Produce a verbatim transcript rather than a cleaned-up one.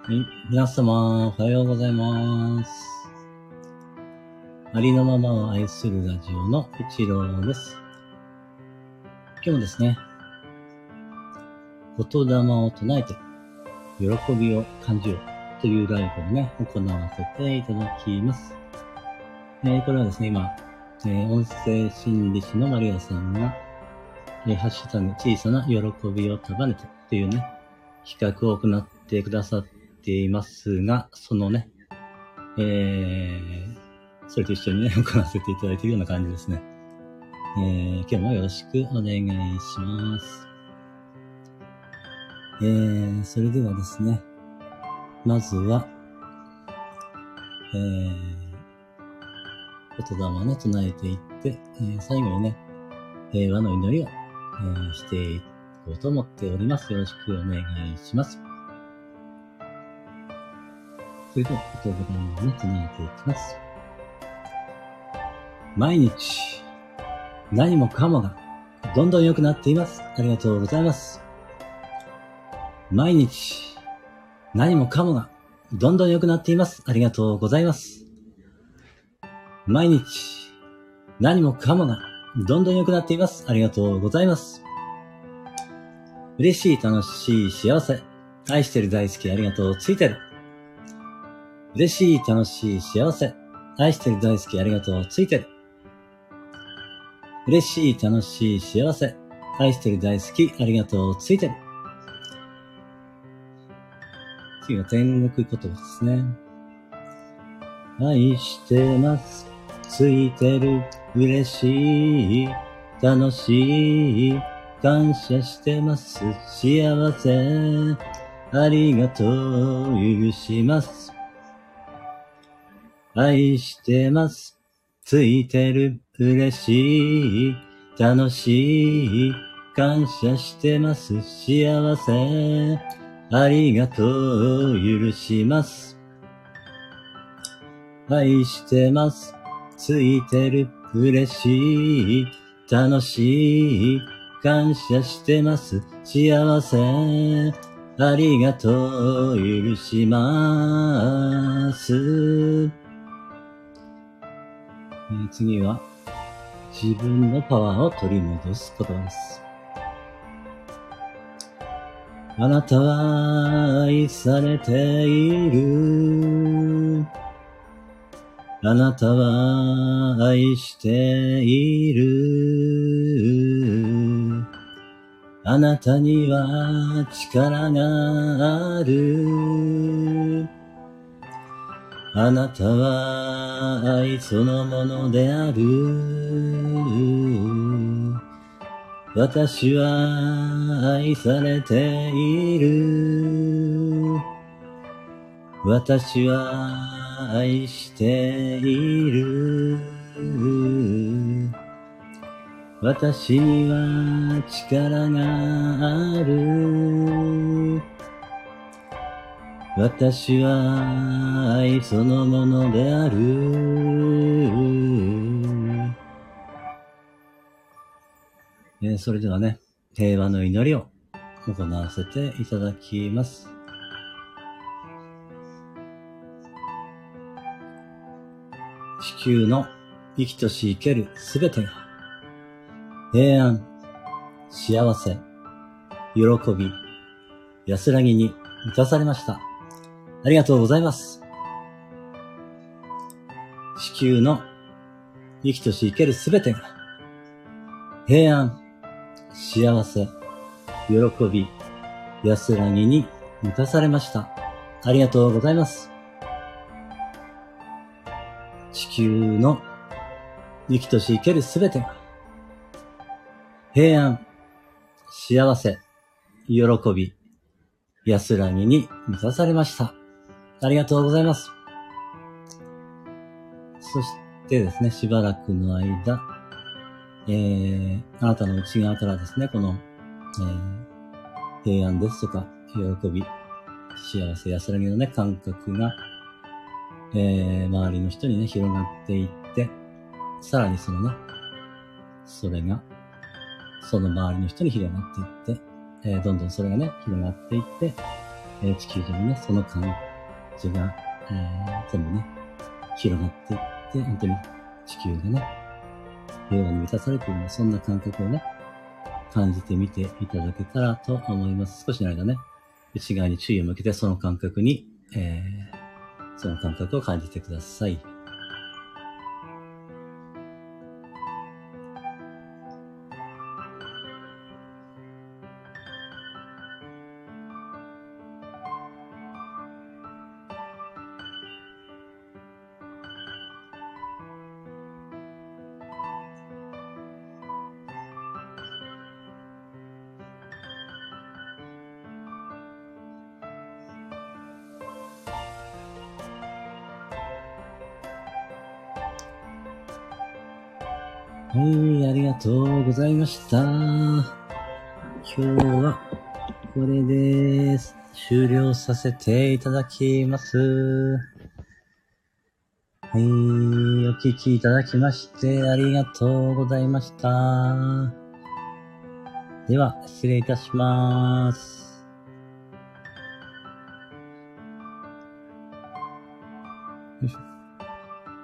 はい、皆様、おはようございます。ありのままを愛するラジオの一郎です。今日もですね、言霊を唱えて、喜びを感じようというライブをね、行わせていただきます。えー、これはですね、今、えー、音声心理師のマリアさんが、えー、ハッシュタグ小さな喜びを束ねてというね、企画を行ってくださっていますが、そのね、えー、それと一緒にね、行わせていただいているような感じですね。えー、今日もよろしくお願いします。えー、それではですね、まずは、えー、言霊をね、唱えていって、えー、最後にね、平和の祈りを、えー、していこうと思っております。よろしくお願いします。それでは、言霊をね、唱えていきます。毎日、何もかもが、どんどん良くなっています。ありがとうございます。毎日、何もかもが、どんどん良くなっています。ありがとうございます。毎日、何もかもが、どんどん良くなっています。ありがとうございます。嬉しい、楽しい、幸せ。愛してる、大好き、ありがとう、ついてる。嬉しい、楽しい、幸せ。愛してる、大好き、ありがとう、ついてる。嬉しい、楽しい、幸せ。愛してる、大好き、ありがとう、ついてる。次は天国言葉ですね。愛してます。ついてる。嬉しい。楽しい。感謝してます。幸せ。ありがとう。許します。愛してます。ついてる。嬉しい。楽しい。感謝してます。幸せ。ありがとう。許します。愛してます。ついてる。嬉しい。楽しい。感謝してます。幸せ。ありがとう。許します。えー、次は、自分のパワーを取り戻す言葉です。あなたは愛されている。あなたは愛している。あなたには力がある。あなたは愛そのものである。私は愛されている。私は愛している。私には力がある。私は愛そのものである。えー、それではね、平和の祈りを行わせていただきます。地球の生きとし生けるすべてが平安、幸せ、喜び、安らぎに満たされました。ありがとうございます。地球の生きとし生けるすべてが平安、幸せ、喜び、安らぎに満たされました。ありがとうございます。地球の生きとし生けるすべてが平安、幸せ、喜び、安らぎに満たされました。ありがとうございます。そしてですね、しばらくの間、えー、あなたの内側からですね、この、えー、平安ですとか、喜び、幸せ、安らぎのね、感覚が、えー、周りの人にね、広がっていって、さらにそのね、それが、その周りの人に広がっていって、えー、どんどんそれがね、広がっていって、 えー、地球上にね、その感じが、えー、全部ね、広がっていって、本当に地球がね、平和に満たされているような、そんな感覚をね、感じてみていただけたらと思います。少しの間ね、内側に注意を向けて、その感覚に、えー、その感覚を感じてください。はい、ありがとうございました。今日はこれです。終了させていただきます。はい、お聞きいただきましてありがとうございました。では、失礼いたします。